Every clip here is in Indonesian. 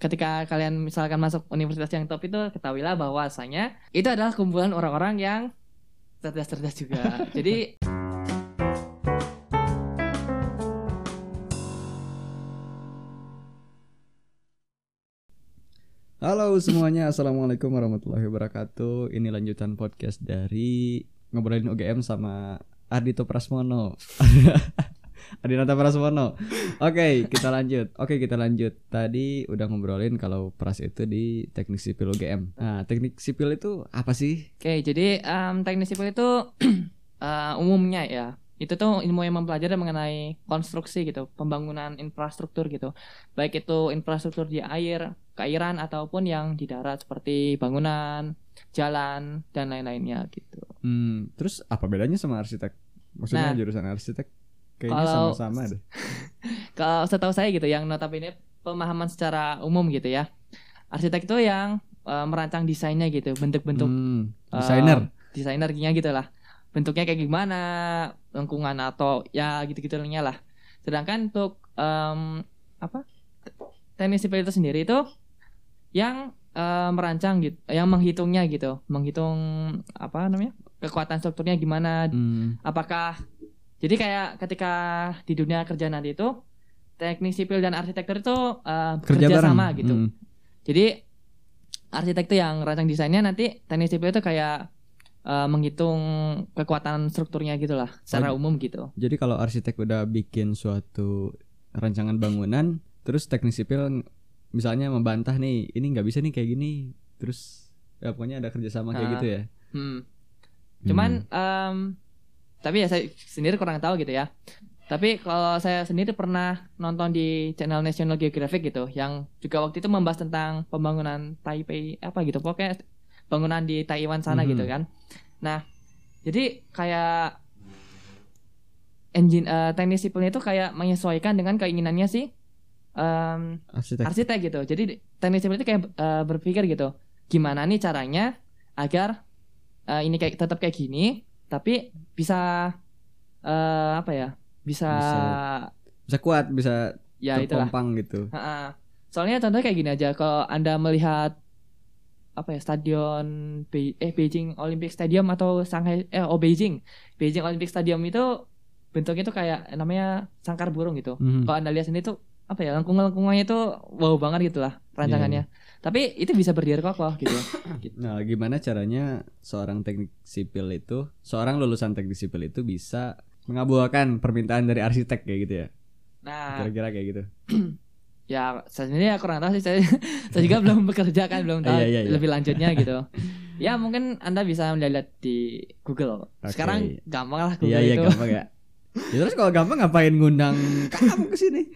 ketika kalian misalkan masuk universitas yang top itu, ketahuilah bahwasanya itu adalah kumpulan orang-orang yang cerdas-cerdas juga. Jadi Halo semuanya, assalamualaikum warahmatullahi wabarakatuh. Ini lanjutan podcast dari ngobrolin UGM sama Ardito Prasmono. Adinata Prasmono. Oke, kita lanjut. Tadi udah ngobrolin kalau Pras itu di Teknik Sipil UGM. Nah, Teknik Sipil itu apa sih? Oke, jadi teknik sipil itu umumnya ya, itu tuh ilmu yang mempelajari mengenai konstruksi gitu, pembangunan infrastruktur gitu, baik itu infrastruktur di air, keairan ataupun yang di darat seperti bangunan, jalan dan lain-lainnya gitu. Terus apa bedanya sama arsitek? Maksudnya jurusan arsitek kayaknya kalau sama-sama deh. Kalau setahu saya gitu, yang notabene pemahaman secara umum gitu ya, arsitek itu yang merancang desainnya gitu, bentuk-bentuk desainernya gitu lah, bentuknya kayak gimana, lengkungan atau ya gitu-gitunya lah. Sedangkan untuk teknik sipil itu sendiri itu yang merancang gitu, yang menghitungnya gitu, menghitung kekuatan strukturnya gimana, apakah jadi kayak ketika di dunia kerja nanti itu teknik sipil dan arsitektur itu kerja sama gitu. Jadi arsitek itu yang rancang desainnya, nanti teknik sipil itu kayak menghitung kekuatan strukturnya gitulah secara umum gitu. Jadi kalau arsitek udah bikin suatu rancangan bangunan, terus teknik sipil misalnya membantah nih, ini nggak bisa nih kayak gini, terus ya pokoknya ada kerjasama kayak gitu ya. Cuman tapi ya saya sendiri kurang tahu gitu ya. Tapi kalau saya sendiri pernah nonton di channel National Geographic gitu, yang juga waktu itu membahas tentang pembangunan Taipei gitu, pokoknya bangunan di Taiwan sana gitu kan. Nah, jadi kayak teknik sipilnya itu kayak menyesuaikan dengan keinginannya si arsitek gitu. Jadi teknik sipil itu kayak berpikir gitu, gimana nih caranya agar ini kayak tetap kayak gini, tapi bisa bisa kuat, bisa ya terpompang gitu. Soalnya contohnya kayak gini aja, kalau Anda melihat stadion Beijing Olympic Stadium atau Beijing Olympic Stadium itu bentuknya tuh kayak namanya sangkar burung gitu. Kalau Anda lihat sini tuh lengkungannya itu wow banget gitu lah rancangannya. Tapi itu bisa berdiri kokoh gitu. Nah, gimana caranya seorang lulusan teknik sipil itu bisa mengabulkan permintaan dari arsitek kayak gitu ya? Nah, kira-kira kayak gitu. Ya, saya sendiri kurang tahu sih, saya juga belum bekerja kan, belum tahu lebih lanjutnya gitu. Ya, mungkin Anda bisa melihat di Google. Sekarang gampang lah Google itu. Iya, gampang ya. Ya, terus kalau gampang ngapain ngundang kamu ke sini?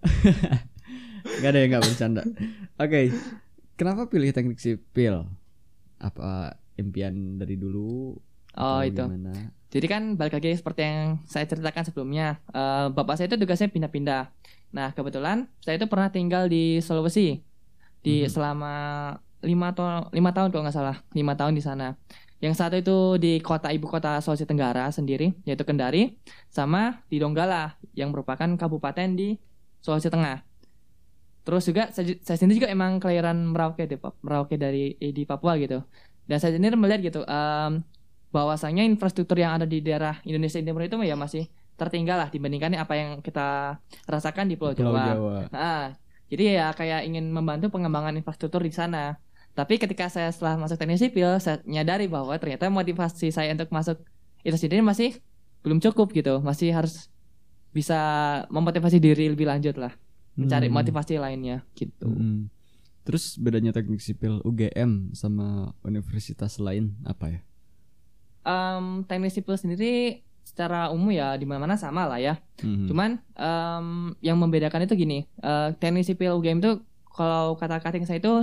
Enggak bercanda. Oke. Kenapa pilih teknik sipil? Apa impian dari dulu? Oh, itu. Gimana? Jadi kan balik lagi seperti yang saya ceritakan sebelumnya, bapak saya itu tugasnya pindah-pindah. Nah, kebetulan saya itu pernah tinggal di Sulawesi selama 5 tahun kalau nggak salah, 5 tahun di sana. Yang satu itu di ibu kota Sulawesi Tenggara sendiri, yaitu Kendari, sama di Donggala yang merupakan kabupaten di Sulawesi Tengah. Terus juga saya sendiri juga emang kelahiran Merauke di Papua gitu. Dan saya sendiri melihat gitu, bahwasanya infrastruktur yang ada di daerah Indonesia Timur itu ya masih tertinggal lah dibandingkan apa yang kita rasakan di Pulau Jawa. Nah, jadi ya kayak ingin membantu pengembangan infrastruktur di sana. Tapi ketika saya setelah masuk teknik sipil, saya menyadari bahwa ternyata motivasi saya untuk masuk itu sendiri masih belum cukup gitu. Masih harus bisa memotivasi diri lebih lanjut lah, mencari motivasi lainnya gitu. Terus bedanya teknik sipil UGM sama universitas lain apa ya? Teknik sipil sendiri secara umum ya di mana-mana sama lah ya. Cuman yang membedakan itu gini, teknik sipil UGM itu kalau kata cutting saya itu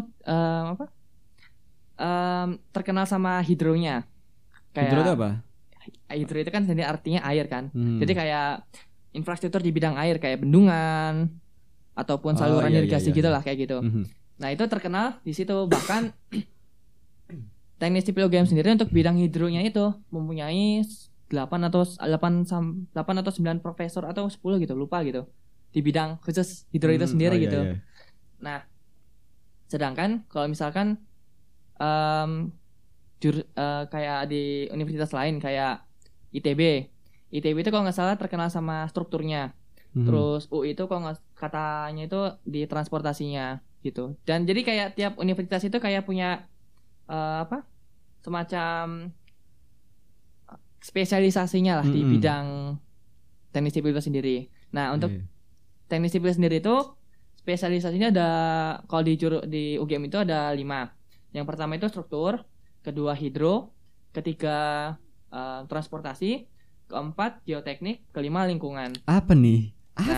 terkenal sama hidronya. Hidro itu apa? Hidro itu kan sendiri artinya air kan. Jadi kayak infrastruktur di bidang air kayak bendungan ataupun saluran irigasi gitulah kayak gitu. Nah, itu terkenal di situ. Bahkan teknik sipil UGM sendiri untuk bidang hidronya itu mempunyai 8 atau 9 profesor atau 10 gitu, lupa gitu, di bidang khusus hidro itu sendiri gitu. Nah, Sedangkan kalau misalkan kayak di universitas lain kayak ITB itu kalau nggak salah terkenal sama strukturnya. Terus UI itu kalau nggak katanya itu di transportasinya gitu. Dan jadi kayak tiap universitas itu kayak punya semacam spesialisasinya lah di bidang teknik sipil itu sendiri. Nah untuk teknik sipil sendiri itu spesialisasinya ada, kalau di UGM itu ada 5. Yang pertama itu struktur, kedua hidro, ketiga transportasi, keempat geoteknik, kelima lingkungan. Apa nih?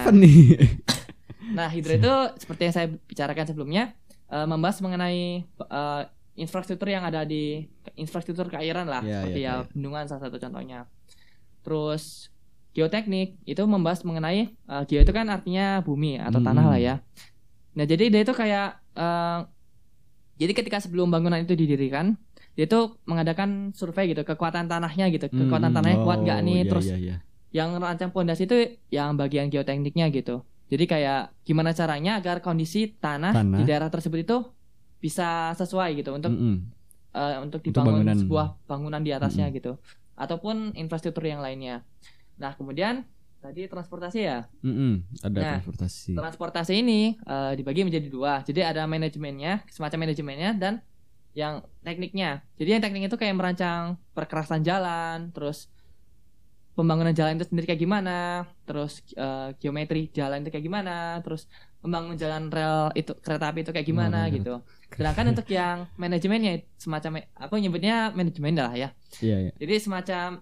Nah hidro itu seperti yang saya bicarakan sebelumnya, membahas mengenai infrastruktur yang ada di infrastruktur keairan lah, seperti bendungan salah satu contohnya. Terus geoteknik itu membahas mengenai geo itu kan artinya bumi atau tanah lah ya. Nah jadi dia itu kayak jadi ketika sebelum bangunan itu didirikan, dia itu mengadakan survei gitu, kekuatan tanahnya gitu, kekuatan tanahnya kuat gak nih. Terus yang rancang pondasi itu yang bagian geotekniknya gitu. Jadi kayak gimana caranya agar kondisi tanah di daerah tersebut itu bisa sesuai gitu untuk dibangun sebuah bangunan di atasnya gitu, ataupun infrastruktur yang lainnya. Nah kemudian tadi transportasi ya. Ada transportasi ini dibagi menjadi 2. Jadi ada manajemennya, semacam manajemennya, dan yang tekniknya. Jadi yang teknik itu kayak merancang perkerasan jalan, terus pembangunan jalan itu sendiri kayak gimana, terus geometri jalan itu kayak gimana, terus membangun jalan rel itu, kereta api itu kayak gimana gitu. Sedangkan untuk yang manajemennya semacam, aku nyebutnya manajemen lah ya. Jadi semacam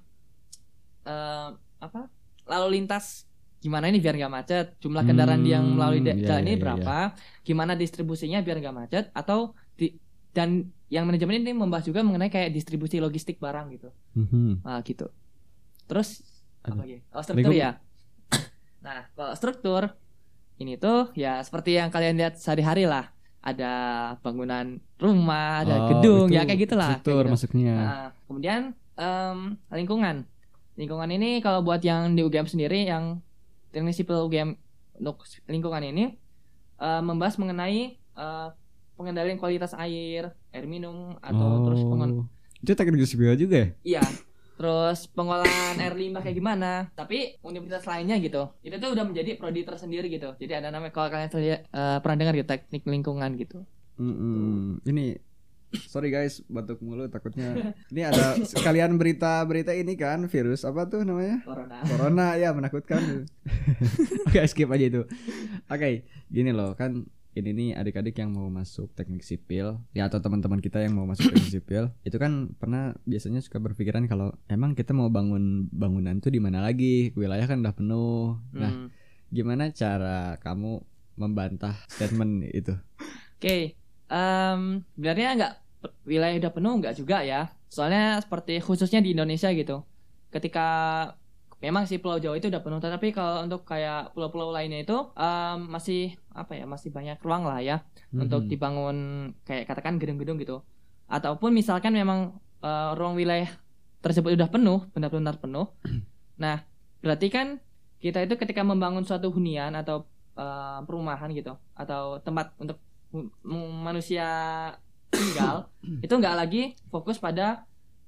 lalu lintas, gimana ini biar nggak macet, jumlah kendaraan yang melalui jalan ini berapa, gimana distribusinya biar nggak macet, atau dan yang manajemen ini membahas juga mengenai kayak distribusi logistik barang gitu. Nah gitu. Terus apa lagi? Struktur ya. Nah kalau struktur ini tuh ya seperti yang kalian lihat sehari-hari lah, ada bangunan rumah, ada gedung, ya kayak gitulah. Struktur masuknya. Nah, kemudian lingkungan ini kalau buat yang di UGM sendiri, yang teknik sipil UGM untuk lingkungan ini membahas mengenai pengendalian kualitas air minum, atau terus itu teknik sipil juga ya? Iya. Terus pengolahan air limbah kayak gimana. Tapi universitas lainnya gitu, itu tuh udah menjadi prodi tersendiri gitu. Jadi ada namanya, kalau kalian pernah dengar gitu, teknik lingkungan gitu. Ini sorry guys, batuk mulu takutnya. Ini ada sekalian berita ini kan, virus apa tuh namanya? Corona ya, menakutkan. Oke, skip aja itu. Oke, gini loh kan, ini nih adik-adik yang mau masuk teknik sipil ya, atau teman-teman kita yang mau masuk teknik sipil itu kan pernah biasanya suka berpikiran kalau emang kita mau bangun bangunan tuh di mana lagi, wilayah kan udah penuh. Nah gimana cara kamu membantah statement itu? Oke, sebenarnya nggak wilayah udah penuh nggak juga ya, soalnya seperti khususnya di Indonesia gitu, ketika memang sih Pulau Jawa itu udah penuh, tapi kalau untuk kayak pulau-pulau lainnya itu masih masih banyak ruang lah ya untuk dibangun kayak katakan gedung-gedung gitu. Ataupun misalkan memang ruang wilayah tersebut udah penuh, benar-benar penuh. Nah, berarti kan kita itu ketika membangun suatu hunian atau perumahan gitu, atau tempat untuk manusia tinggal, itu nggak lagi fokus pada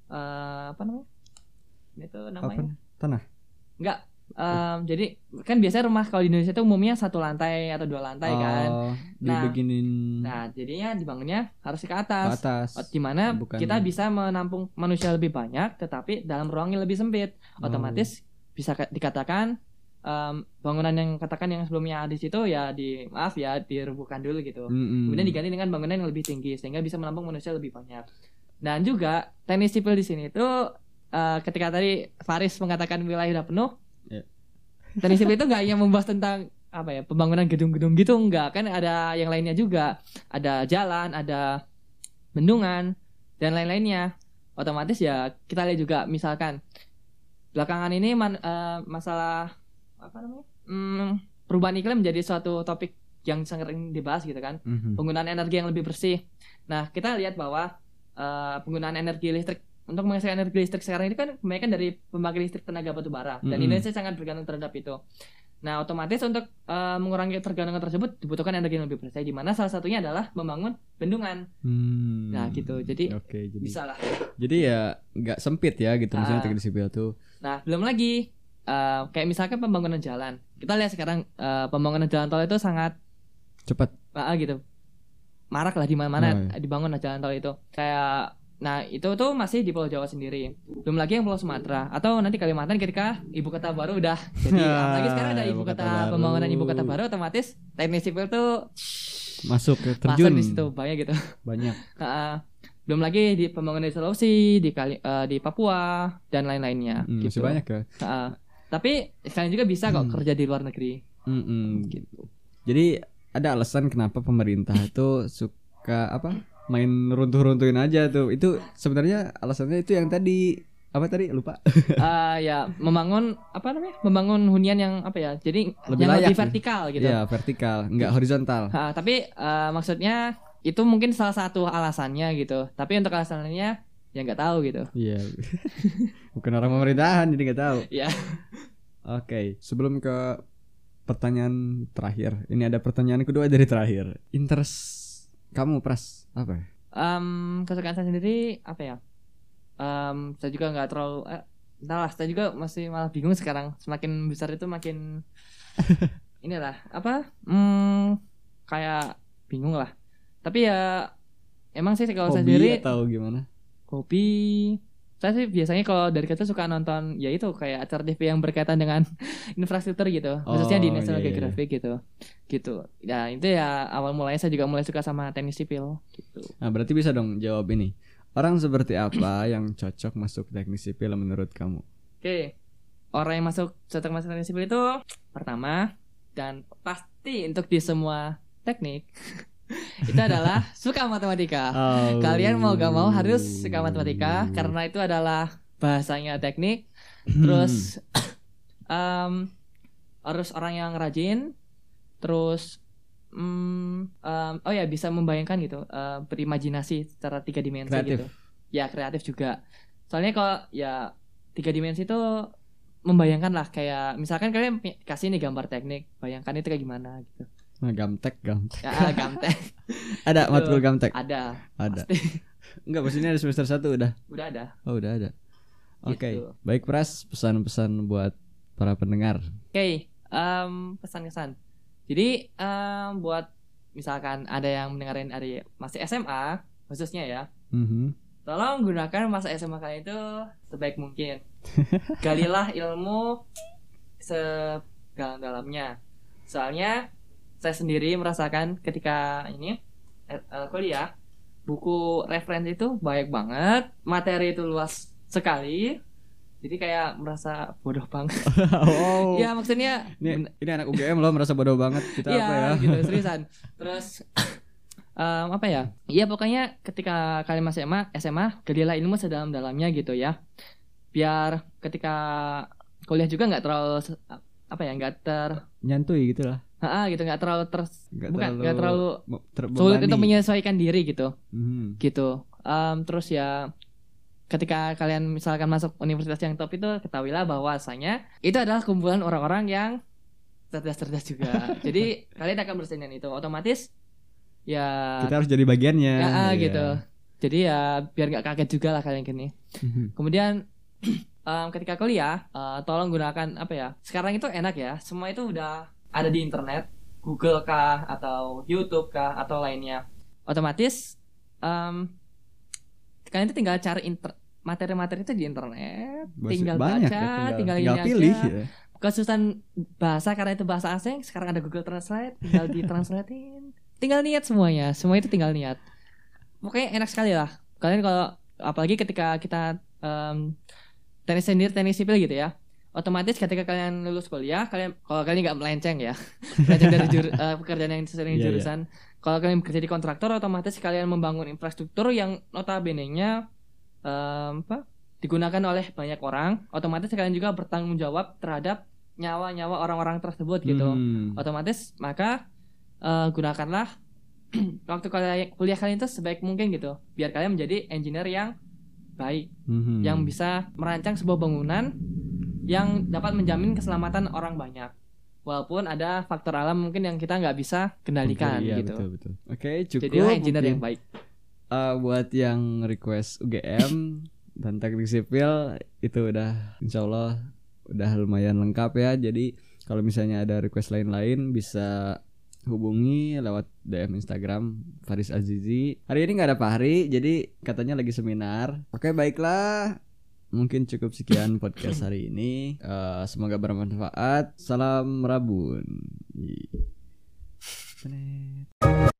tanah. Enggak, jadi kan biasanya rumah kalau di Indonesia itu umumnya 1 lantai atau 2 lantai kan. Nah, jadinya dibangunnya harus ke atas. Gimana kita bisa menampung manusia lebih banyak, tetapi dalam ruang yang lebih sempit. Otomatis bisa dikatakan bangunan yang katakan yang sebelumnya di situ ya dirubuhkan dulu gitu. Kemudian diganti dengan bangunan yang lebih tinggi sehingga bisa menampung manusia lebih banyak. Dan juga teknik sipil di sini itu ketika tadi Faris mengatakan wilayah udah penuh, teknik sipil itu nggak hanya membahas tentang pembangunan gedung-gedung gitu, enggak, kan ada yang lainnya juga, ada jalan, ada bendungan dan lain-lainnya. Otomatis ya kita lihat juga misalkan belakangan ini masalah perubahan iklim menjadi suatu topik yang sangat sering dibahas gitu kan. Penggunaan energi yang lebih bersih. Nah kita lihat bahwa penggunaan energi listrik untuk menghasilkan energi listrik sekarang ini kan kebanyakan dari pembangkit listrik tenaga batu bara, dan Indonesia sangat bergantung terhadap itu. Nah, otomatis untuk mengurangi ketergantungan tersebut dibutuhkan energi yang lebih bersih, di mana salah satunya adalah membangun bendungan. Nah gitu, jadi Oke, jadi bisa lah. jadi ya nggak sempit ya gitu misalnya teknik sipil tuh. Nah belum lagi kayak misalkan pembangunan jalan. Kita lihat sekarang pembangunan jalan tol itu sangat Cepat. gitu, marak lah di mana-mana dibangun jalan tol itu. Kayak nah itu tuh masih di Pulau Jawa sendiri. Belum lagi yang Pulau Sumatera atau nanti Kalimantan ketika ibu kota baru udah jadi. Apalagi sekarang ada ibu kota pembangunan ibu kota baru, otomatis teknik sipil tuh masuk ke terjun di situ banyak gitu. Banyak. Belum lagi di pembangunan di Sulawesi, di Papua dan lain-lainnya. Gitu. Masih banyak ya. Tapi sekalian juga bisa kok kerja di luar negeri. Gitu. Jadi ada alasan kenapa pemerintah itu suka main runtuh-runtuhin aja tuh. Itu sebenarnya alasannya itu yang tadi lupa. Ya membangun membangun hunian yang jadi lebih yang layak, lebih vertikal gitu. Iya, vertikal, enggak horizontal. Tapi maksudnya itu mungkin salah satu alasannya gitu. Tapi untuk alasannya ya nggak tahu gitu. Iya. Bukan orang pemerintahan jadi nggak tahu. Iya. Oke, sebelum ke pertanyaan terakhir, ini ada pertanyaan kedua dari terakhir. Interest kamu Pras apa? Kesukaan saya sendiri apa ya? Saya juga nggak terlalu entahlah, saya juga masih malah bingung sekarang. Semakin besar itu makin inilah kayak bingung lah. Tapi ya emang sih kalau saya sendiri atau gimana? Hobi saya sih biasanya kalau dari kecil suka nonton ya itu kayak acara TV yang berkaitan dengan infrastruktur gitu, khususnya di National Geographic gitu. Ya itu ya awal mulanya saya juga mulai suka sama teknik sipil gitu. Nah berarti bisa dong jawab ini. Orang seperti apa yang cocok masuk teknik sipil menurut kamu? Oke. Orang yang cocok masuk teknik sipil itu pertama dan pasti untuk di semua teknik itu adalah suka matematika. Kalian mau gak mau harus suka matematika karena itu adalah bahasanya teknik. Terus harus orang yang rajin. Terus bisa membayangkan gitu, berimajinasi secara 3 dimensi kreatif. Gitu. Ya kreatif juga. Soalnya kalau ya 3 dimensi itu membayangkan lah, kayak misalkan kalian kasih nih gambar teknik, bayangkan itu kayak gimana gitu. Nah, gamtek. Ya, gamtek. Ada matkul gamtek? Ada. Pasti. Enggak, maksudnya di semester 1 udah? Udah ada. Oh, udah ada. Oke. Gitu. Baik, Pras, pesan-pesan buat para pendengar. Oke, pesan-pesan. Jadi buat misalkan ada yang mendengarin dari masih SMA khususnya ya. Tolong gunakan masa SMA kalian itu sebaik mungkin. Galilah ilmu sedalam-dalamnya. Soalnya saya sendiri merasakan ketika ini kuliah, buku referensi itu banyak banget, materi itu luas sekali, jadi kayak merasa bodoh banget. Ya maksudnya ini anak UGM loh merasa bodoh banget kita apa ya? Gitu seriusan. Terus Iya pokoknya ketika kalian masih SMA, galilah ilmu sedalam-dalamnya gitu ya, biar ketika kuliah juga nggak terlalu nyantui gitulah. Gitu, nggak terlalu terbebani. sulit untuk menyesuaikan diri gitu. Gitu. Terus ya ketika kalian misalkan masuk universitas yang top itu, ketahuilah bahwasanya itu adalah kumpulan orang-orang yang cerdas-cerdas juga. Jadi kalian akan bersaing dengan itu, otomatis ya kita harus jadi bagiannya. Gitu. Jadi ya biar nggak kaget juga lah kalian gini. Kemudian ketika kuliah, tolong gunakan sekarang itu enak ya, semua itu udah ada di internet, Google kah atau YouTube kah atau lainnya. Otomatis kalian itu tinggal cari materi-materi itu di internet, tinggal baca, tinggal pilih ya. Kesusahan bahasa karena itu bahasa asing, sekarang ada Google Translate, tinggal ditranslatein. Tinggal niat semuanya, semua itu tinggal niat. Pokoknya enak sekali lah. Kalian kalau apalagi ketika kita teknik sipil gitu ya, otomatis ketika kalian lulus kuliah, kalau kalian nggak melenceng ya, melenceng dari pekerjaan yang sesuai dengan jurusan. Kalau kalian bekerja di kontraktor, otomatis kalian membangun infrastruktur yang notabene-nya digunakan oleh banyak orang. Otomatis kalian juga bertanggung jawab terhadap nyawa-nyawa orang-orang tersebut gitu. Otomatis maka gunakanlah waktu kuliah kalian itu sebaik mungkin gitu, biar kalian menjadi engineer yang baik, yang bisa merancang sebuah bangunan yang dapat menjamin keselamatan orang banyak. Walaupun ada faktor alam mungkin yang kita nggak bisa kendalikan Iya, gitu. betul. Oke, cukup. Jadilah engineer mungkin. yang baik. Buat yang request UGM dan teknik sipil itu udah insyaallah udah lumayan lengkap ya. Jadi kalau misalnya ada request lain-lain bisa hubungi lewat DM Instagram Faris Azizi. Hari ini nggak ada Fahri, jadi katanya lagi seminar. Oke, baiklah. Mungkin cukup sekian podcast hari ini. Semoga bermanfaat. Salam Rabun.